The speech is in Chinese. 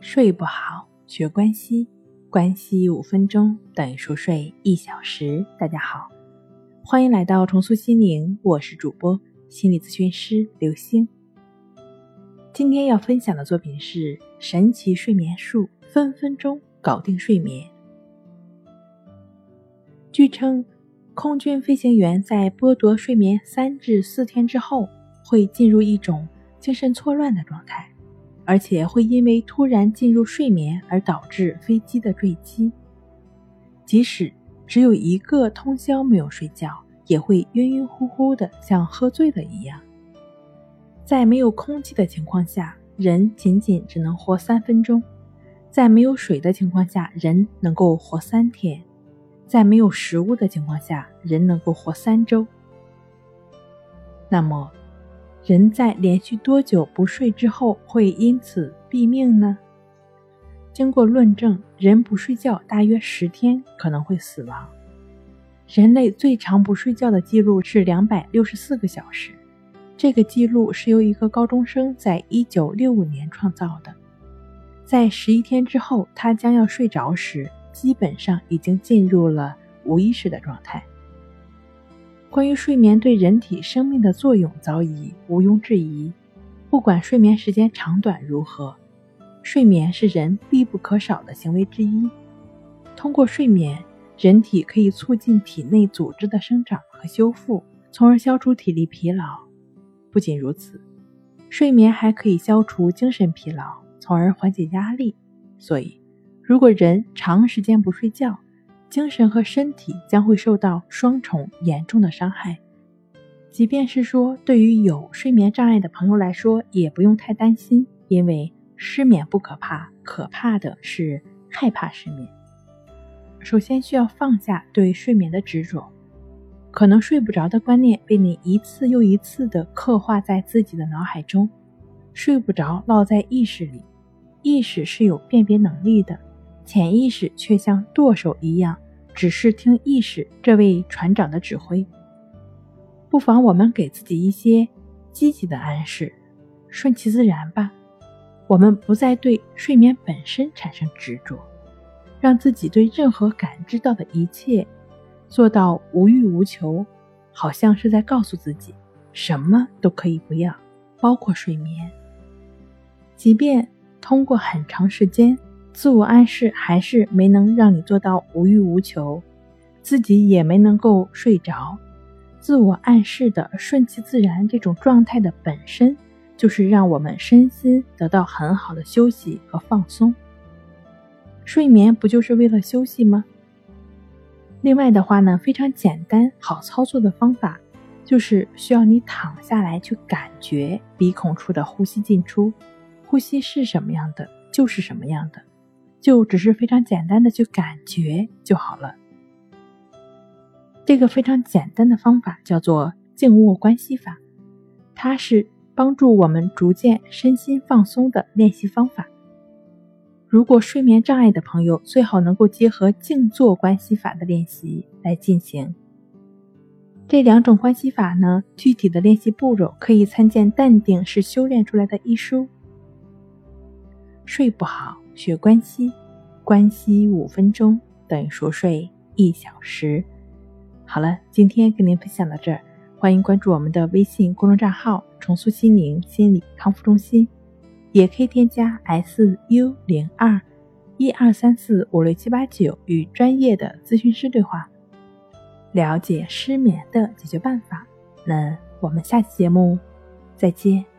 睡不好，学关息，关息5分钟等于熟睡1小时。大家好，欢迎来到重塑心灵，我是主播心理咨询师刘星。今天要分享的作品是神奇睡眠术，分分钟搞定睡眠。据称，空军飞行员在剥夺睡眠3至4天之后，会进入一种精神错乱的状态，而且会因为突然进入睡眠而导致飞机的坠机。即使只有1个通宵没有睡觉，也会晕晕乎乎的，像喝醉了一样。在没有空气的情况下，人仅仅只能活3分钟；在没有水的情况下，人能够活3天；在没有食物的情况下，人能够活3周。那么人在连续多久不睡之后会因此毙命呢？经过论证，人不睡觉大约10天可能会死亡。人类最长不睡觉的记录是264个小时，这个记录是由一个高中生在1965年创造的。在11天之后，他将要睡着时，基本上已经进入了无意识的状态。关于睡眠对人体生命的作用早已毋庸置疑，不管睡眠时间长短如何，睡眠是人必不可少的行为之一。通过睡眠，人体可以促进体内组织的生长和修复，从而消除体力疲劳。不仅如此，睡眠还可以消除精神疲劳，从而缓解压力。所以，如果人长时间不睡觉，精神和身体将会受到双重严重的伤害。即便是说对于有睡眠障碍的朋友来说，也不用太担心，因为失眠不可怕，可怕的是害怕失眠。首先需要放下对睡眠的执着，可能睡不着的观念被你一次又一次地刻画在自己的脑海中，睡不着烙在意识里。意识是有辨别能力的，潜意识却像舵手一样，只是听意识这位船长的指挥。不妨我们给自己一些积极的暗示，顺其自然吧。我们不再对睡眠本身产生执着，让自己对任何感知到的一切做到无欲无求，好像是在告诉自己什么都可以不要，包括睡眠。即便通过很长时间，自我暗示还是没能让你做到无欲无求，自己也没能够睡着。自我暗示的顺其自然这种状态的本身，就是让我们身心得到很好的休息和放松。睡眠不就是为了休息吗？另外的话呢，非常简单好操作的方法，就是需要你躺下来去感觉鼻孔处的呼吸进出，呼吸是什么样的就是什么样的，就只是非常简单的去感觉就好了。这个非常简单的方法叫做静卧关系法，它是帮助我们逐渐身心放松的练习方法。如果睡眠障碍的朋友，最好能够结合静坐关系法的练习来进行。这2种关系法呢，具体的练习步骤可以参见《淡定是修炼出来的》一书。睡不好，学关系，关系5分钟等于熟睡1小时。好了，今天跟您分享到这儿，欢迎关注我们的微信公众账号重塑心灵心理康复中心，也可以添加 SU02-12345679与专业的咨询师对话，了解失眠的解决办法。那我们下期节目再见。